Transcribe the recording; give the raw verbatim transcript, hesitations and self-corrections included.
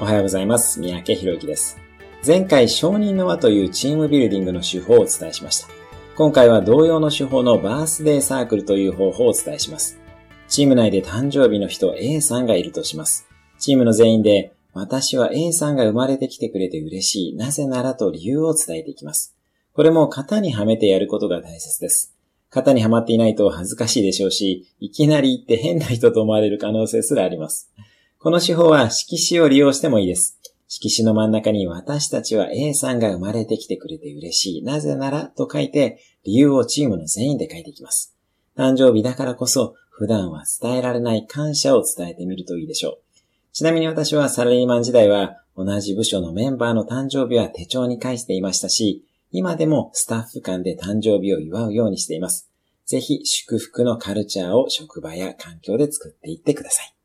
おはようございます。三宅博之です。前回、承認の輪というチームビルディングの手法をお伝えしました。今回は同様の手法のバースデーサークルという方法をお伝えします。チーム内で誕生日の人 A さんがいるとします。チームの全員で、私は A さんが生まれてきてくれて嬉しい、なぜならと理由を伝えていきます。これも型にはめてやることが大切です。型にはまっていないと恥ずかしいでしょうし、いきなり言って変な人と思われる可能性すらあります。この手法は色紙を利用してもいいです。色紙の真ん中に私たちは A さんが生まれてきてくれて嬉しい、なぜならと書いて理由をチームの全員で書いていきます。誕生日だからこそ普段は伝えられない感謝を伝えてみるといいでしょう。ちなみに私はサラリーマン時代は同じ部署のメンバーの誕生日は手帳に書いていましたし、今でもスタッフ間で誕生日を祝うようにしています。ぜひ祝福のカルチャーを職場や環境で作っていってください。